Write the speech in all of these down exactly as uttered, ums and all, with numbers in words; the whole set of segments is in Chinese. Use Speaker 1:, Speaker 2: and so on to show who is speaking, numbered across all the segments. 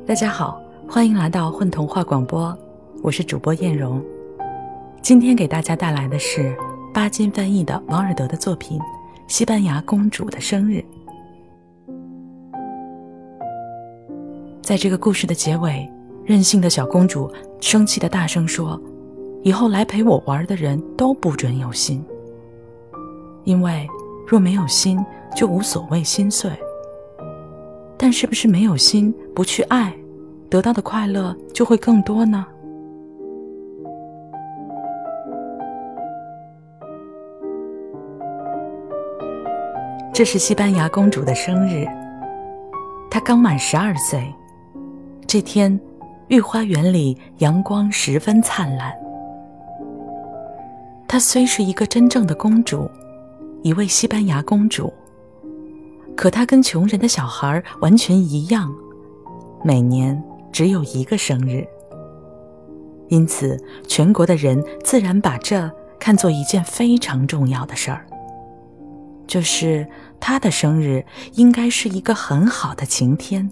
Speaker 1: 大家好，欢迎来到混童话广播，我是主播艳荣。今天给大家带来的是巴金翻译的王尔德的作品《西班牙公主的生日》。在这个故事的结尾，任性的小公主生气地大声说，以后来陪我玩的人都不准有心，因为若没有心就无所谓心碎。但是不是没有心不去爱，得到的快乐就会更多呢？这是西班牙公主的生日，她刚满十二岁。这天，御花园里阳光十分灿烂。她虽是一个真正的公主，一位西班牙公主，可她跟穷人的小孩完全一样，每年只有一个生日。因此，全国的人自然把这看作一件非常重要的事儿，就是她的生日应该是一个很好的晴天。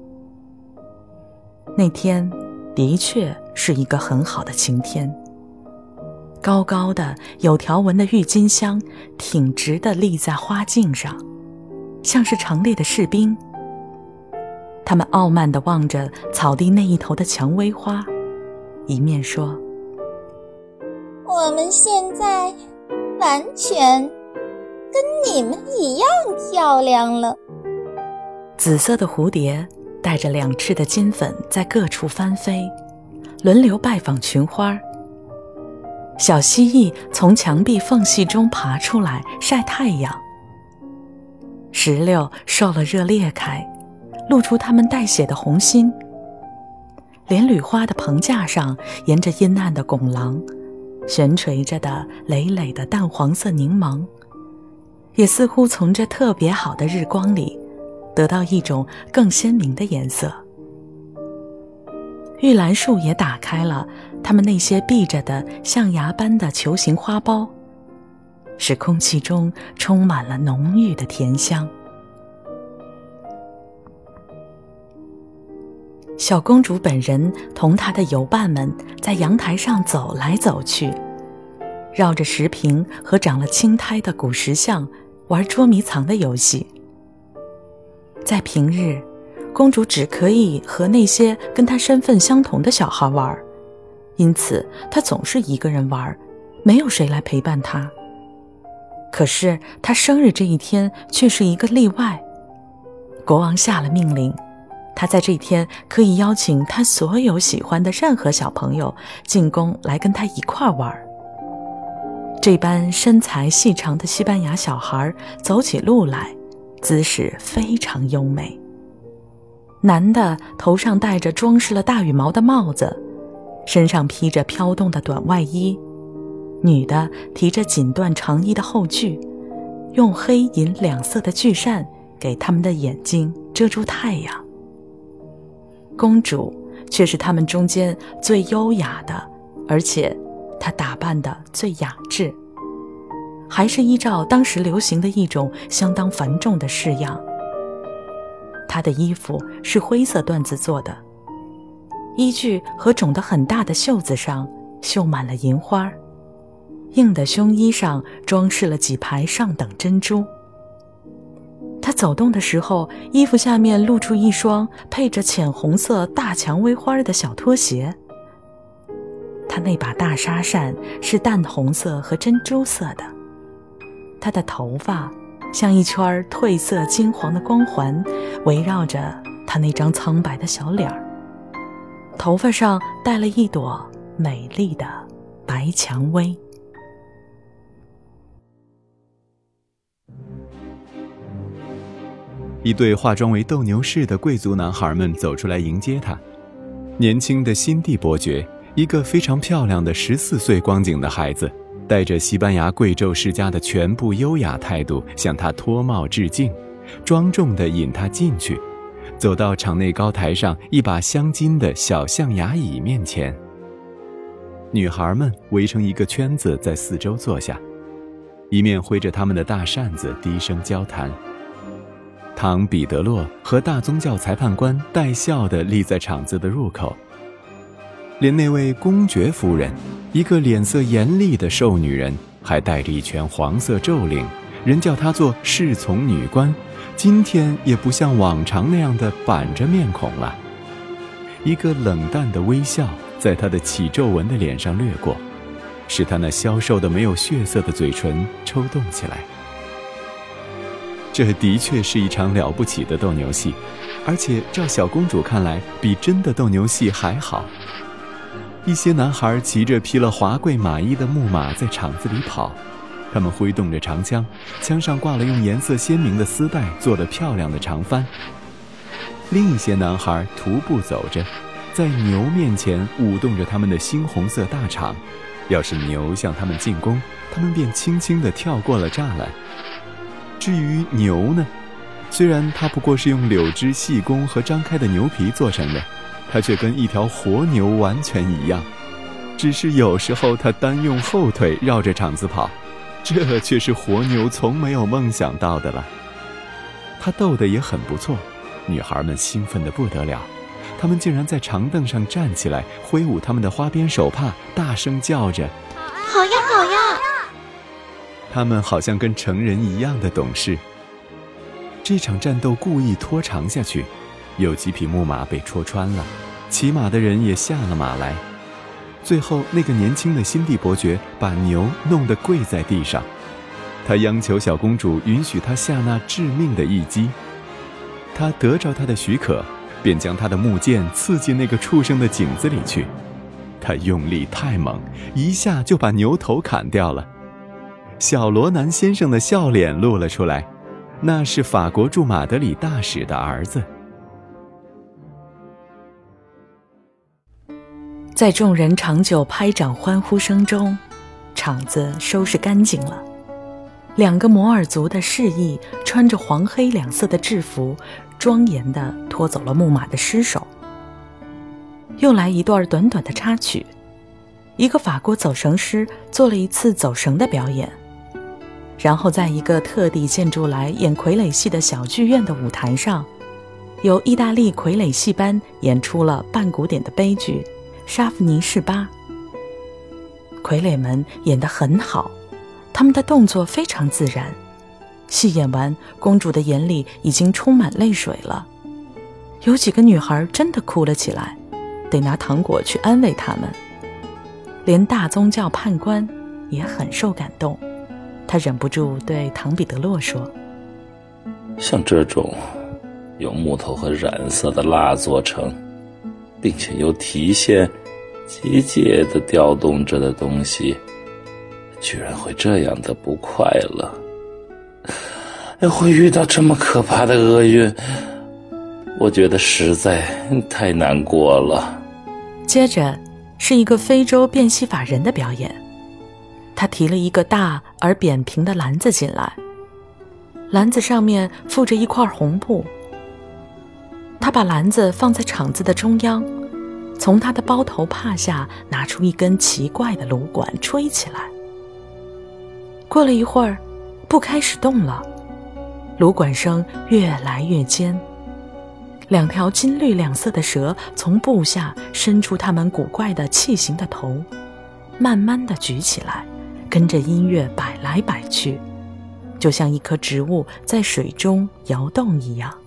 Speaker 1: 那天的确是一个很好的晴天，高高的有条纹的郁金香挺直地立在花径上，像是长列的士兵。他们傲慢地望着草地那一头的蔷薇花，一面说，
Speaker 2: 我们现在完全跟你们一样漂亮了。
Speaker 1: 紫色的蝴蝶带着两翅的金粉在各处翻飞，轮流拜访群花。小蜥蜴从墙壁缝隙中爬出来晒太阳，石榴受了热裂开，露出它们带血的红心。连缕花的棚架上，沿着阴暗的拱廊悬垂着的累累的淡黄色柠檬，也似乎从这特别好的日光里得到一种更鲜明的颜色。玉兰树也打开了它们那些闭着的象牙般的球形花苞，使空气中充满了浓郁的甜香。小公主本人同她的游伴们在阳台上走来走去，绕着石屏和长了青苔的古石像玩捉迷藏的游戏。在平日，公主只可以和那些跟她身份相同的小孩玩，因此她总是一个人玩，没有谁来陪伴她。可是她生日这一天却是一个例外。国王下了命令，她在这一天可以邀请她所有喜欢的任何小朋友进宫来跟她一块玩。这般身材细长的西班牙小孩走起路来姿势非常优美。男的头上戴着装饰了大羽毛的帽子，身上披着飘动的短外衣，女的提着锦缎长衣的后裾，用黑银两色的巨扇给他们的眼睛遮住太阳。公主却是他们中间最优雅的，而且她打扮得最雅致，还是依照当时流行的一种相当繁重的式样。她的衣服是灰色缎子做的，衣具和肿得很大的袖子上绣满了银花，硬的胸衣上装饰了几排上等珍珠。她走动的时候，衣服下面露出一双配着浅红色大蔷薇花的小拖鞋。她那把大纱扇是淡红色和珍珠色的，她的头发像一圈褪色金黄的光环，围绕着她那张苍白的小脸儿。头发上戴了一朵美丽的白蔷薇。
Speaker 3: 一对化妆为斗牛士的贵族男孩们走出来迎接他。年轻的辛蒂伯爵，一个非常漂亮的十四岁光景的孩子，带着西班牙贵胄世家的全部优雅态度向他脱帽致敬，庄重地引他进去，走到场内高台上一把镶金的小象牙椅面前。女孩们围成一个圈子在四周坐下，一面挥着他们的大扇子低声交谈。 唐彼得洛和大宗教裁判官带笑地立在场子的入口，连那位公爵夫人，一个脸色严厉的瘦女人，还带着一圈黄色皱领，人叫她做侍从女官，今天也不像往常那样的板着面孔了。一个冷淡的微笑在她的起皱纹的脸上掠过，使她那消瘦的没有血色的嘴唇抽动起来。这的确是一场了不起的斗牛戏，而且照小公主看来，比真的斗牛戏还好。一些男孩骑着披了华贵马衣的木马在场子里跑，他们挥动着长枪，枪上挂了用颜色鲜明的丝带做了漂亮的长幡。另一些男孩徒步走着，在牛面前舞动着他们的猩红色大氅，要是牛向他们进攻，他们便轻轻地跳过了栅栏。至于牛呢，虽然它不过是用柳枝、细弓和张开的牛皮做成的，它却跟一条活牛完全一样，只是有时候它单用后腿绕着场子跑，这却是活牛从没有梦想到的了。它斗得也很不错，女孩们兴奋得不得了，她们竟然在长凳上站起来，挥舞她们的花边手帕，大声叫着
Speaker 2: 好呀好呀。
Speaker 3: 他们好像跟成人一样的懂事。这场战斗故意拖长下去，有几匹木马被戳穿了，骑马的人也下了马来。最后那个年轻的辛蒂伯爵把牛弄得跪在地上，他央求小公主允许他下那致命的一击。他得着他的许可，便将他的木剑刺进那个畜生的颈子里去。他用力太猛，一下就把牛头砍掉了。小罗南先生的笑脸露了出来，那是法国驻马德里大使的儿子。
Speaker 1: 在众人长久拍掌欢呼声中，场子收拾干净了。两个摩尔族的侍役穿着黄黑两色的制服，庄严地拖走了木马的尸首。又来一段短短的插曲，一个法国走绳师做了一次走绳的表演，然后在一个特地建筑来演傀儡戏的小剧院的舞台上，由意大利傀儡戏班演出了半古典的悲剧《沙弗尼士巴》。傀儡们演得很好，他们的动作非常自然。戏演完，公主的眼里已经充满泪水了，有几个女孩真的哭了起来，得拿糖果去安慰她们。连大宗教判官也很受感动，他忍不住对唐彼得洛说：
Speaker 4: 像这种用木头和染色的蜡做成，并且由提线机械地调动着的东西，居然会这样的不快乐，会遇到这么可怕的厄运，我觉得实在太难过了。
Speaker 1: 接着是一个非洲变戏法人的表演，他提了一个大而扁平的篮子进来，篮子上面附着一块红布。他把篮子放在场子的中央，从他的包头帕下拿出一根奇怪的芦管吹起来。过了一会儿，布开始动了，芦管声越来越尖，两条金绿两色的蛇从布下伸出它们古怪的器形的头，慢慢地举起来，跟着音乐摆来摆去，就像一棵植物在水中摇动一样。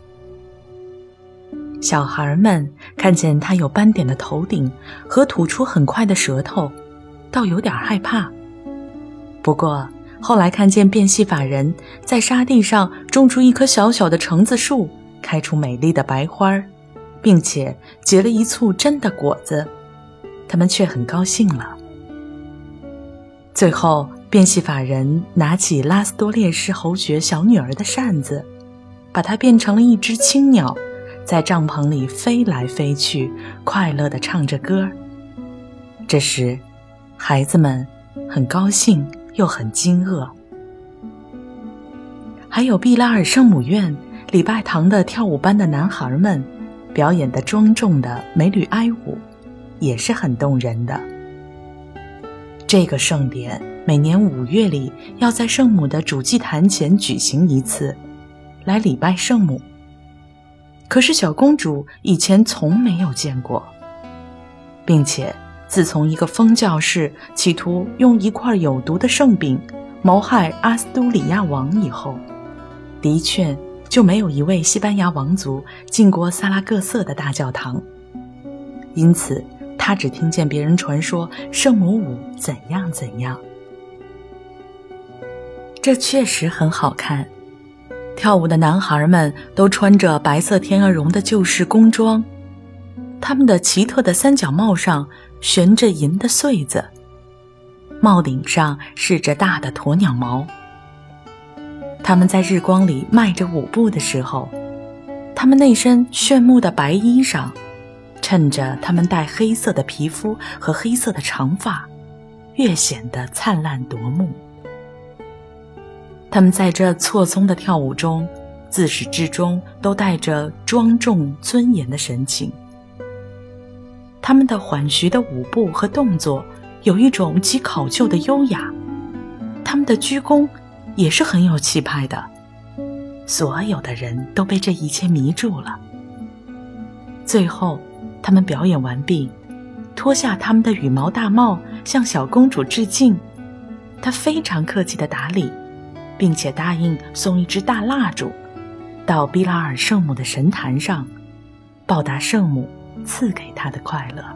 Speaker 1: 小孩们看见它有斑点的头顶和吐出很快的舌头，倒有点害怕。不过后来看见变戏法人在沙地上种出一棵小小的橙子树，开出美丽的白花，并且结了一簇真的果子，他们却很高兴了。最后变戏法人拿起拉斯多列什侯爵小女儿的扇子，把它变成了一只青鸟，在帐篷里飞来飞去，快乐地唱着歌。这时孩子们很高兴又很惊愕。还有毕拉尔圣母院礼拜堂的跳舞班的男孩们表演的庄重的美吕埃舞，也是很动人的。这个盛典每年五月里要在圣母的主祭坛前举行一次， 来礼拜圣母。可是小公主以前从没有见过，并且自从一个疯教士企图用一块有毒的圣饼谋害阿斯都里亚王以后，的确就没有一位西班牙王族进过萨拉各色的大教堂。因此她只听见别人传说圣母舞怎样怎样。这确实很好看，跳舞的男孩们都穿着白色天鹅绒的旧式宫装，他们的奇特的三角帽上悬着银的穗子，帽顶上饰着大的鸵鸟毛。他们在日光里迈着舞步的时候，他们那身炫目的白衣裳衬着他们带黑色的皮肤和黑色的长发，越显得灿烂夺目。他们在这错综的跳舞中，自始至终都带着庄重尊严的神情。他们的缓徐的舞步和动作有一种极考究的优雅，他们的鞠躬也是很有气派的。所有的人都被这一切迷住了。最后他们表演完毕，脱下他们的羽毛大帽向小公主致敬。她非常客气地打理，并且答应送一支大蜡烛到毕拉尔圣母的神坛上，报答圣母赐给她的快乐。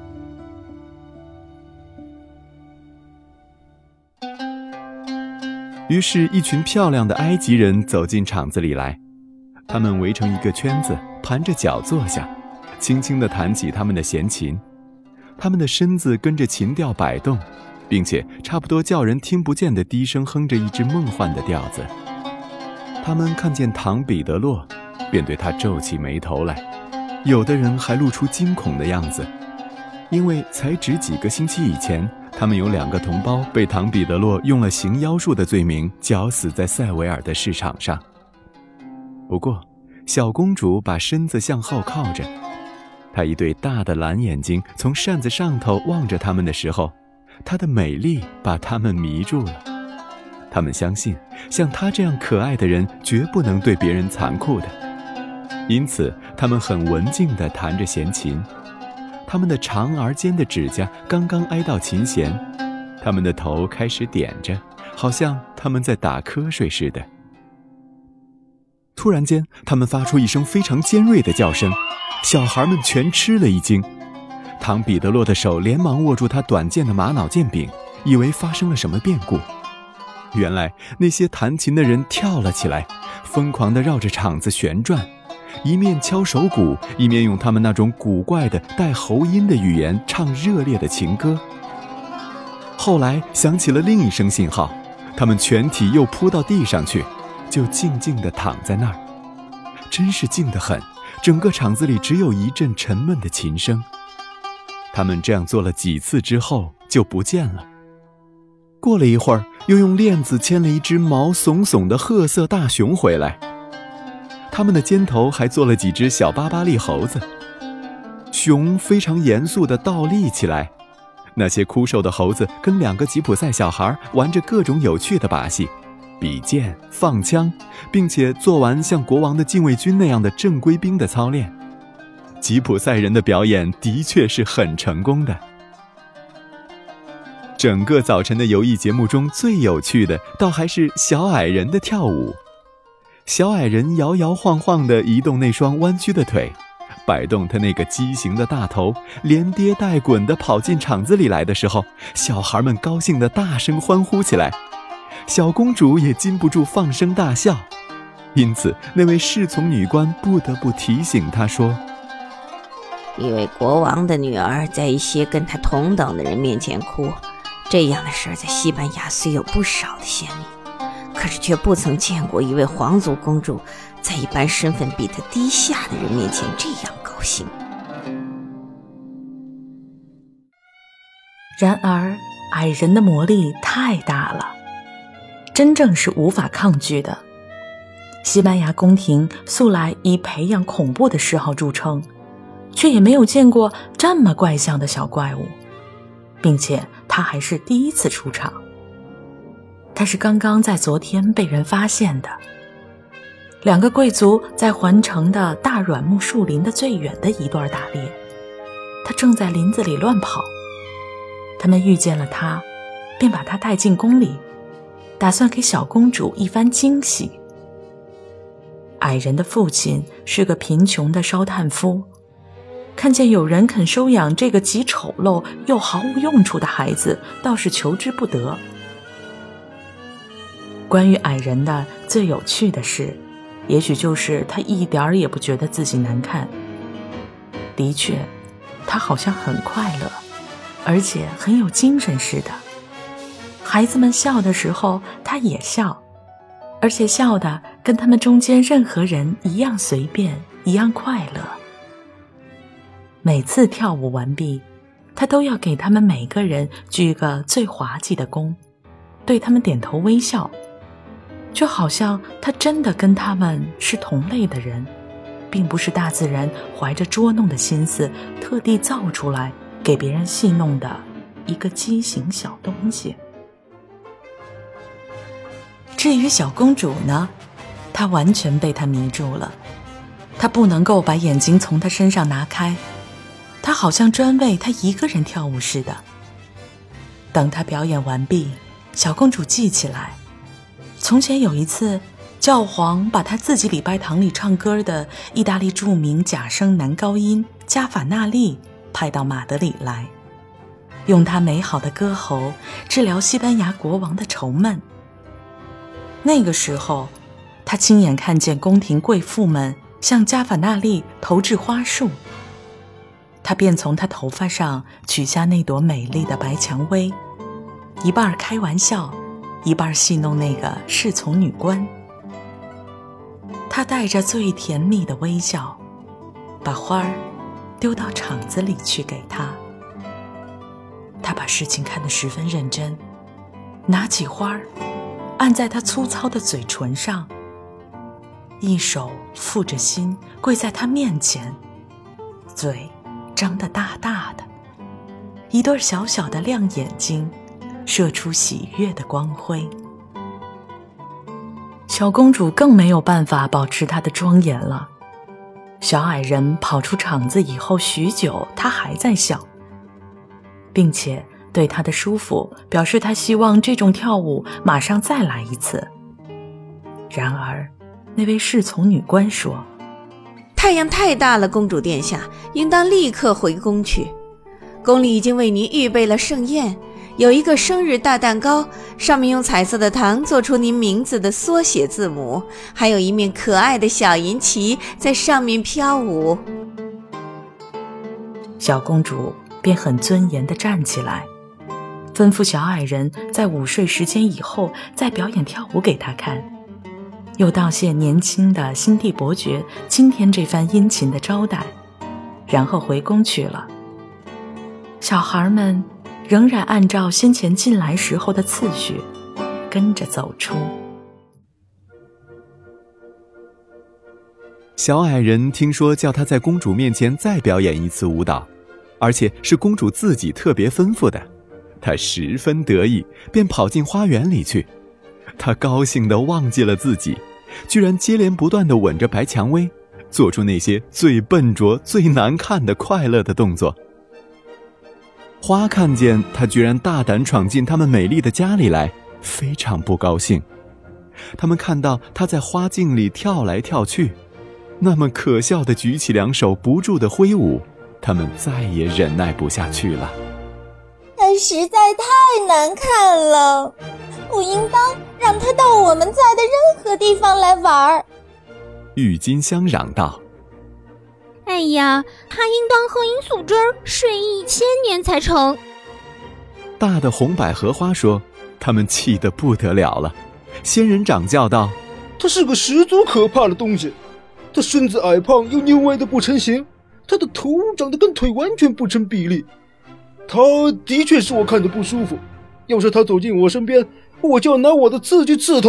Speaker 3: 于是一群漂亮的埃及人走进场子里来，他们围成一个圈子，盘着脚坐下，轻轻地弹起他们的弦琴。他们的身子跟着琴调摆动，并且差不多叫人听不见的低声哼着一支梦幻的调子。他们看见唐彼得洛，便对他皱起眉头来，有的人还露出惊恐的样子，因为才只几个星期以前，他们有两个同胞被唐彼得洛用了行妖术的罪名绞死在塞维尔的市场上。不过小公主把身子向后靠着，她一对大的蓝眼睛从扇子上头望着他们的时候，她的美丽把他们迷住了。他们相信像她这样可爱的人绝不能对别人残酷的，因此他们很文静地弹着弦琴。他们的长而尖的指甲刚刚挨到琴弦，他们的头开始点着，好像他们在打瞌睡似的。突然间，他们发出一声非常尖锐的叫声，小孩们全吃了一惊。唐彼得洛的手连忙握住他短剑的玛瑙剑柄，以为发生了什么变故。原来那些弹琴的人跳了起来，疯狂地绕着场子旋转，一面敲手鼓，一面用他们那种古怪的带喉音的语言唱热烈的情歌。后来响起了另一声信号，他们全体又扑到地上去，就静静地躺在那儿。真是静得很，整个场子里只有一阵沉闷的琴声。他们这样做了几次之后就不见了。过了一会儿，又用链子牵了一只毛耸耸的褐色大熊回来，他们的肩头还做了几只小巴巴利猴子。熊非常严肃地倒立起来，那些枯瘦的猴子跟两个吉普赛小孩玩着各种有趣的把戏，比剑、放枪，并且做完像国王的禁卫军那样的正规兵的操练。吉普赛人的表演的确是很成功的。整个早晨的游艺节目中最有趣的，倒还是小矮人的跳舞。小矮人摇摇晃晃地移动那双弯曲的腿，摆动他那个畸形的大头，连跌带滚地跑进场子里来的时候，小孩们高兴地大声欢呼起来，小公主也禁不住放声大笑。因此那位侍从女官不得不提醒她说，
Speaker 5: 一位国王的女儿在一些跟她同等的人面前哭，这样的事在西班牙虽有不少的先例，可是却不曾见过一位皇族公主在一般身份比她低下的人面前这样高兴。
Speaker 1: 然而矮人的魔力太大了，真正是无法抗拒的。西班牙宫廷素来以培养恐怖的嗜好著称，却也没有见过这么怪象的小怪物，并且他还是第一次出场。他是刚刚在昨天被人发现的。 两个贵族在环城的大软木树林的最远的一段打猎，他正在林子里乱跑。他们遇见了他，便把他带进宫里，打算给小公主一番惊喜。矮人的父亲是个贫穷的烧炭夫，看见有人肯收养这个极丑陋又毫无用处的孩子，倒是求之不得。关于矮人的最有趣的事，也许就是他一点儿也不觉得自己难看。的确，他好像很快乐，而且很有精神似的。孩子们笑的时候，他也笑，而且笑得跟他们中间任何人一样随便，一样快乐。每次跳舞完毕，他都要给他们每个人鞠个最滑稽的躬，对他们点头微笑，就好像他真的跟他们是同类的人，并不是大自然怀着捉弄的心思特地造出来给别人戏弄的一个畸形小东西。至于小公主呢，她完全被他迷住了，她不能够把眼睛从他身上拿开，她好像专为他一个人跳舞似的。等他表演完毕，小公主记起来，从前有一次，教皇把他自己礼拜堂里唱歌的意大利著名假声男高音加法纳利派到马德里来，用他美好的歌喉治疗西班牙国王的愁闷。那个时候，他亲眼看见宫廷贵妇们向加法纳利投掷花束，他便从他头发上取下那朵美丽的白蔷薇，一半开玩笑，一半戏弄那个侍从女官。他带着最甜蜜的微笑，把花儿丢到场子里去给他。他把事情看得十分认真，拿起花儿按在他粗糙的嘴唇上，一手负着心跪在他面前，嘴张得大大的，一对小小的亮眼睛射出喜悦的光辉。小公主更没有办法保持她的庄严了。小矮人跑出场子以后许久，她还在笑，并且对她的叔父表示她希望这种跳舞马上再来一次。然而那位侍从女官说，
Speaker 5: 太阳太大了，公主殿下，应当立刻回宫去。宫里已经为您预备了盛宴，有一个生日大蛋糕，上面用彩色的糖做出您名字的缩写字母，还有一面可爱的小银旗在上面飘舞。
Speaker 1: 小公主便很尊严地站起来，吩咐小矮人在午睡时间以后再表演跳舞给她看，又道谢年轻的辛蒂伯爵今天这番殷勤的招待，然后回宫去了。小孩们仍然按照先前进来时候的次序跟着走出。
Speaker 3: 小矮人听说叫他在公主面前再表演一次舞蹈，而且是公主自己特别吩咐的，他十分得意，便跑进花园里去。他高兴地忘记了自己，居然接连不断地吻着白蔷薇，做出那些最笨拙最难看的快乐的动作。花看见他居然大胆闯进他们美丽的家里来，非常不高兴。他们看到他在花径里跳来跳去，那么可笑地举起两手不住地挥舞，他们再也忍耐不下去了。
Speaker 2: 他实在太难看了，不应当让他到我们在的任何地方来玩。
Speaker 3: 郁金香嚷道，
Speaker 6: 哎呀，他应当喝罂粟汁儿，睡一千年才成。
Speaker 3: 大的红百合花说，他们气得不得了了。仙人掌叫道，
Speaker 7: 他是个十足可怕的东西，他身子矮胖又扭歪的不成形，他的头长得跟腿完全不成比例，他的确是我看着不舒服，要是他走进我身边，我就要拿我的刺去刺他。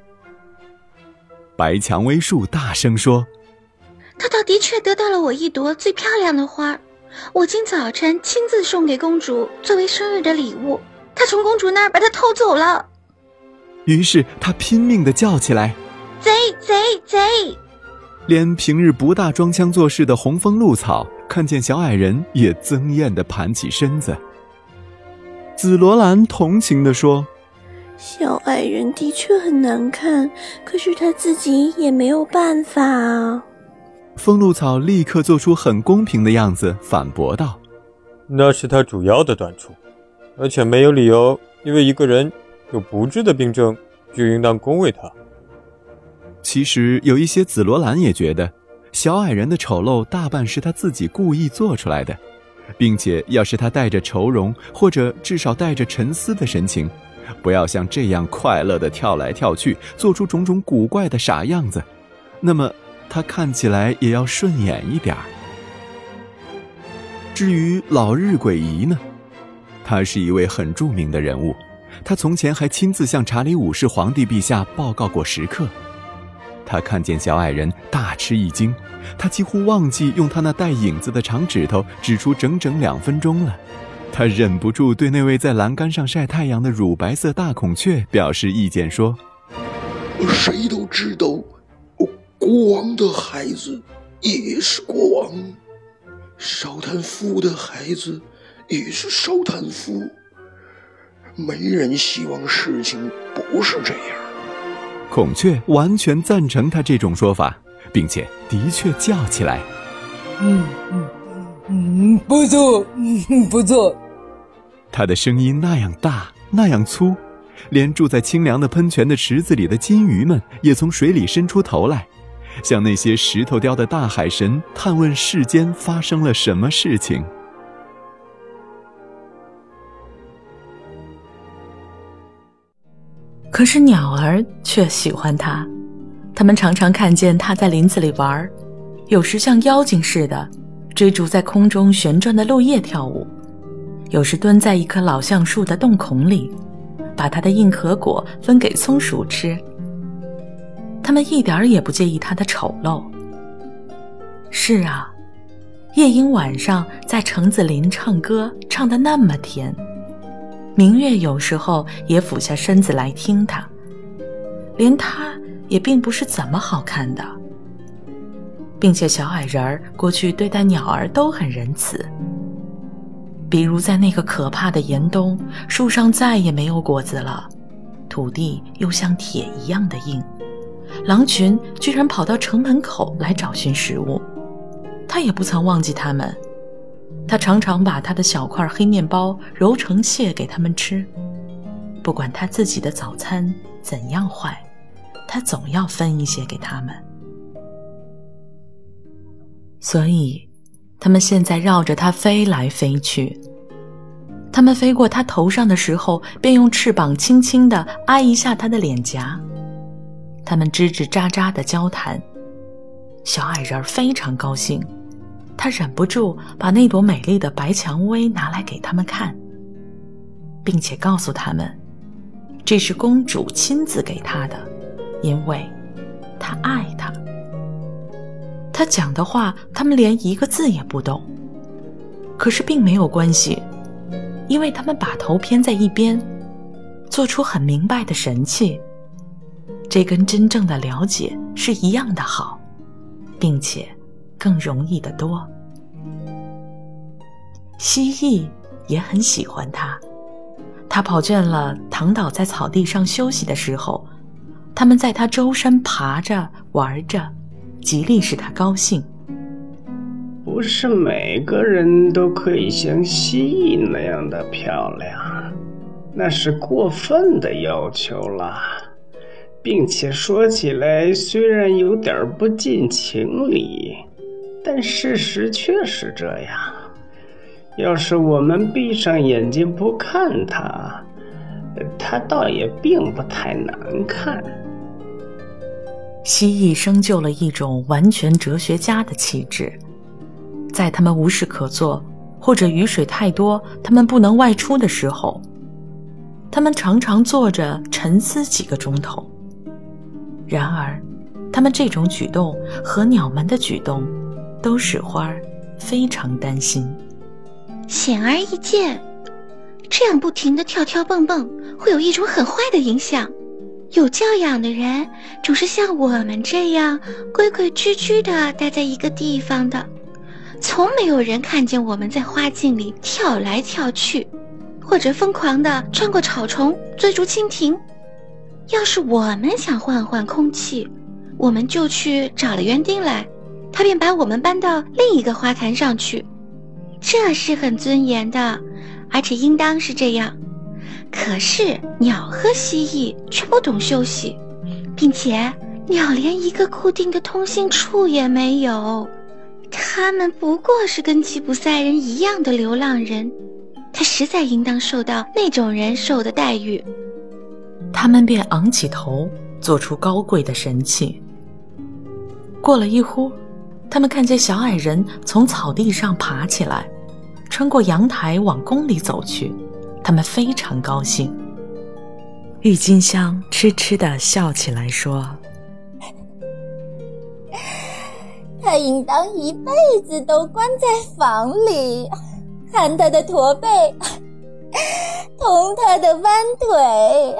Speaker 3: 白蔷薇树大声说，
Speaker 8: 他倒的确得到了我一朵最漂亮的花，我今早晨亲自送给公主作为生日的礼物，他从公主那儿把它偷走了。
Speaker 3: 于是他拼命地叫起来，
Speaker 8: 贼贼贼！
Speaker 3: 连平日不大装腔作势的红枫鹿草看见小矮人也憎厌地盘起身子。紫罗兰同情地说，
Speaker 9: 小矮人的确很难看，可是他自己也没有办法啊。
Speaker 3: 枫鹿草立刻做出很公平的样子反驳道，
Speaker 10: 那是他主要的短处，而且没有理由因为一个人有不治的病症就应当恭维他。
Speaker 3: 其实有一些紫罗兰也觉得小矮人的丑陋大半是他自己故意做出来的，并且要是他带着愁容或者至少带着沉思的神情，不要像这样快乐地跳来跳去，做出种种古怪的傻样子，那么他看起来也要顺眼一点。至于老日鬼仪呢，他是一位很著名的人物，他从前还亲自向查理五世皇帝陛下报告过时刻。他看见小矮人大吃一惊，他几乎忘记用他那带影子的长指头指出整整两分钟了。他忍不住对那位在栏杆上晒太阳的乳白色大孔雀表示意见说，
Speaker 11: 谁都知道国王的孩子也是国王，烧炭夫的孩子也是烧炭夫，没人希望事情不是这样。
Speaker 3: 孔雀完全赞成他这种说法，并且的确叫起来，
Speaker 12: 嗯嗯嗯，不错，嗯不错。
Speaker 3: 他的声音那样大，那样粗，连住在清凉的喷泉的池子里的金鱼们也从水里伸出头来，向那些石头雕的大海神探问世间发生了什么事情。
Speaker 1: 可是鸟儿却喜欢它，它们常常看见它在林子里玩，有时像妖精似的追逐在空中旋转的落叶跳舞，有时蹲在一棵老橡树的洞孔里，把它的硬壳果分给松鼠吃。它们一点也不介意它的丑陋。是啊，夜莺晚上在橙子林唱歌，唱得那么甜，明月有时候也俯下身子来听它，连它也并不是怎么好看的。并且小矮人儿过去对待鸟儿都很仁慈，比如在那个可怕的严冬，树上再也没有果子了，土地又像铁一样的硬，狼群居然跑到城门口来找寻食物，他也不曾忘记他们。他常常把他的小块黑面包揉成屑给他们吃，不管他自己的早餐怎样坏，他总要分一些给他们。所以他们现在绕着他飞来飞去，他们飞过他头上的时候，便用翅膀轻轻地挨一下他的脸颊，他们吱吱喳喳地交谈。小矮人非常高兴，他忍不住把那朵美丽的白蔷薇拿来给他们看，并且告诉他们，这是公主亲自给他的，因为她爱他。他讲的话，他们连一个字也不懂，可是并没有关系，因为他们把头偏在一边，做出很明白的神气，这跟真正的了解是一样的好，并且更容易得多。蜥蜴也很喜欢他，他跑倦了，躺倒在草地上休息的时候，他们在他周身爬着玩着，极力使他高兴。
Speaker 13: 不是每个人都可以像蜥蜴那样的漂亮，那是过分的要求了，并且说起来虽然有点不近情理，但事实确实这样。要是我们闭上眼睛不看它，它倒也并不太难看。
Speaker 1: 蜥蜴生就了一种完全哲学家的气质，在他们无事可做，或者雨水太多，他们不能外出的时候，他们常常坐着沉思几个钟头。然而，他们这种举动和鸟们的举动，都使花儿非常担心。
Speaker 8: 显而易见，这样不停地跳跳蹦蹦，会有一种很坏的影响。 有教养的人总是像我们这样规规矩矩地待在一个地方的，从没有人看见我们在花径里跳来跳去，或者疯狂地穿过草丛追逐蜻蜓。要是我们想换换空气，我们就去找了园丁来，他便把我们搬到另一个花坛上去，这是很尊严的，而且应当是这样。可是鸟和蜥蜴却不懂休息，并且鸟连一个固定的通信处也没有，他们不过是跟吉普赛人一样的流浪人，他实在应当受到那种人受的待遇。
Speaker 1: 他们便昂起头，做出高贵的神气。过了一会儿，他们看见小矮人从草地上爬起来，穿过阳台往宫里走去，他们非常高兴。郁金香痴痴地笑起来说，
Speaker 2: 他应当一辈子都关在房里，看他的驼背，同他的弯腿。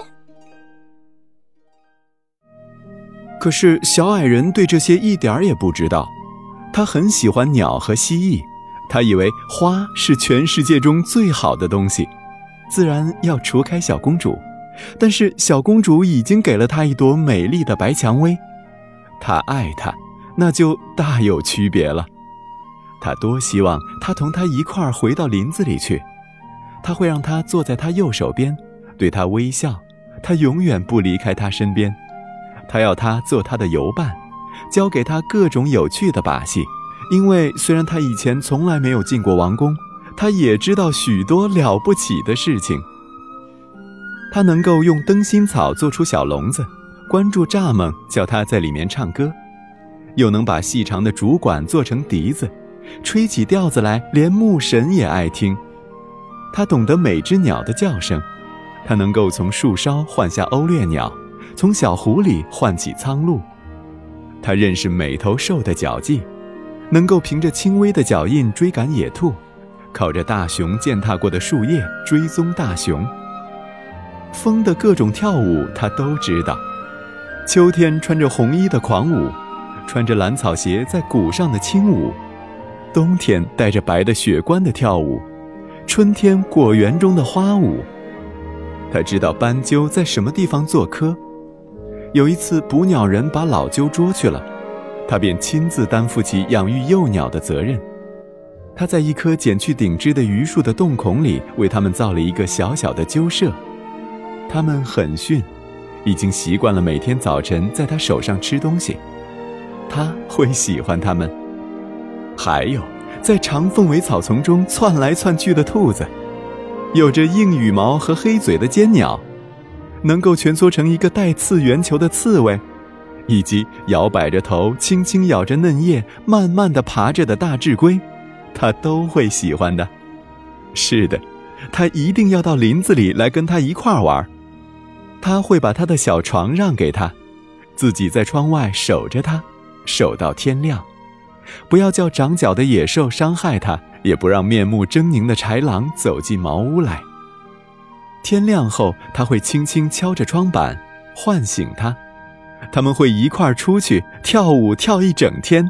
Speaker 3: 可是小矮人对这些一点儿也不知道，他很喜欢鸟和蜥蜴，他以为花是全世界中最好的东西，自然要除开小公主。但是小公主已经给了他一朵美丽的白蔷薇，他爱她，那就大有区别了。他多希望她同他一块儿回到林子里去，他会让她坐在他右手边，对他微笑，他永远不离开他身边。他要他做他的游伴，教给他各种有趣的把戏，因为虽然他以前从来没有进过王宫，他也知道许多了不起的事情。他能够用灯芯草做出小笼子，关住蚱蜢，叫他在里面唱歌，又能把细长的竹管做成笛子，吹起调子来连牧神也爱听。他懂得每只鸟的叫声，他能够从树梢换下欧掠鸟，从小湖里唤起苍鹭。他认识每头兽的脚迹，能够凭着轻微的脚印追赶野兔，靠着大熊践踏过的树叶追踪大熊。风的各种跳舞他都知道，秋天穿着红衣的狂舞，穿着蓝草鞋在谷上的轻舞，冬天带着白的雪冠的跳舞，春天果园中的花舞。他知道斑鸠在什么地方做窠，有一次捕鸟人把老鸠捉去了，他便亲自担负起养育幼鸟的责任。他在一棵剪去顶枝的榆树的洞孔里为他们造了一个小小的鸠舍。他们很驯，已经习惯了每天早晨在他手上吃东西，他会喜欢他们。还有在长凤尾草丛中窜来窜去的兔子，有着硬羽毛和黑嘴的尖鸟，能够蜷缩成一个带刺圆球的刺猬，以及摇摆着头轻轻咬着嫩叶慢慢地爬着的大雉龟，他都会喜欢的。是的，他一定要到林子里来跟他一块儿玩。他会把他的小床让给他，自己在窗外守着他，守到天亮。不要叫长角的野兽伤害他，也不让面目狰狞的豺狼走进茅屋来。天亮后，他会轻轻敲着窗板，唤醒他。他们会一块儿出去跳舞，跳一整天。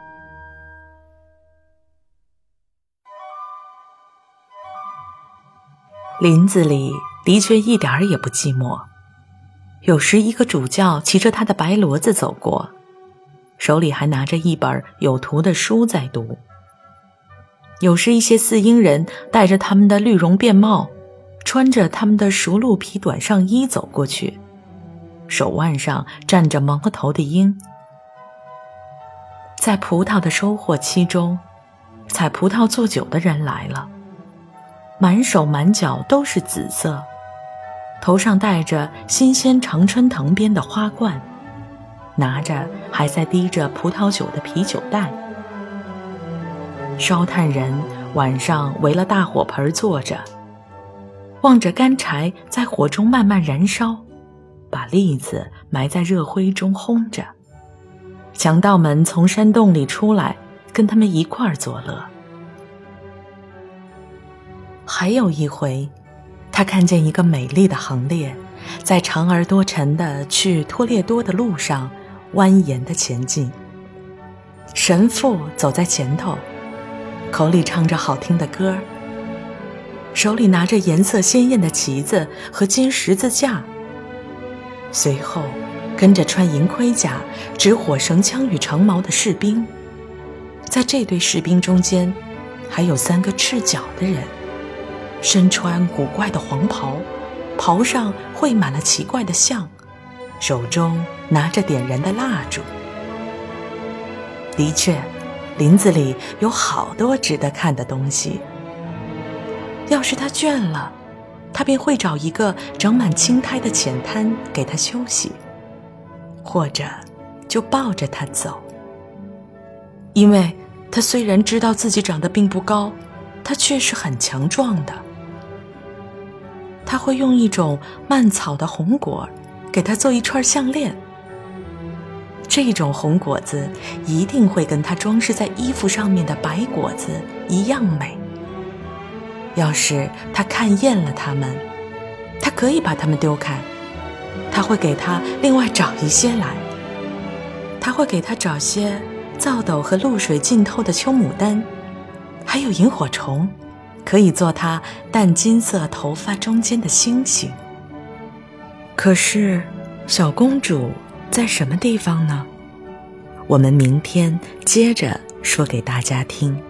Speaker 1: 林子里的确一点儿也不寂寞。有时一个主教骑着他的白骡子走过，手里还拿着一本有图的书在读。有时一些四鹰人戴着他们的绿绒便帽，穿着他们的熟鹿皮短上衣走过去，手腕上站着蒙了头的鹰。在葡萄的收获期中，采葡萄做酒的人来了，满手满脚都是紫色，头上戴着新鲜常春藤编的花冠，拿着还在滴着葡萄酒的啤酒袋。烧炭人晚上围了大火盆坐着，望着干柴在火中慢慢燃烧，把栗子埋在热灰中烘着。强盗们从山洞里出来，跟他们一块儿作乐。还有一回，他看见一个美丽的行列在长而多尘的去托列多的路上蜿蜒地前进。神父走在前头，口里唱着好听的歌，手里拿着颜色鲜艳的旗子和金十字架。随后跟着穿银盔甲、执火绳枪与长矛的士兵。在这队士兵中间，还有三个赤脚的人，身穿古怪的黄袍，袍上绘满了奇怪的像，手中拿着点燃的蜡烛。的确，林子里有好多值得看的东西。要是他倦了，他便会找一个长满青苔的浅滩给他休息，或者就抱着他走。因为他虽然知道自己长得并不高，他却是很强壮的。他会用一种蔓草的红果给他做一串项链，这种红果子一定会跟他装饰在衣服上面的白果子一样美。要是他看厌了它们，他可以把它们丢开，他会给他另外找一些来。他会给他找些皂斗和露水浸透的秋牡丹，还有萤火虫，可以做他淡金色头发中间的星星。可是小公主在什么地方呢？我们明天接着说给大家听。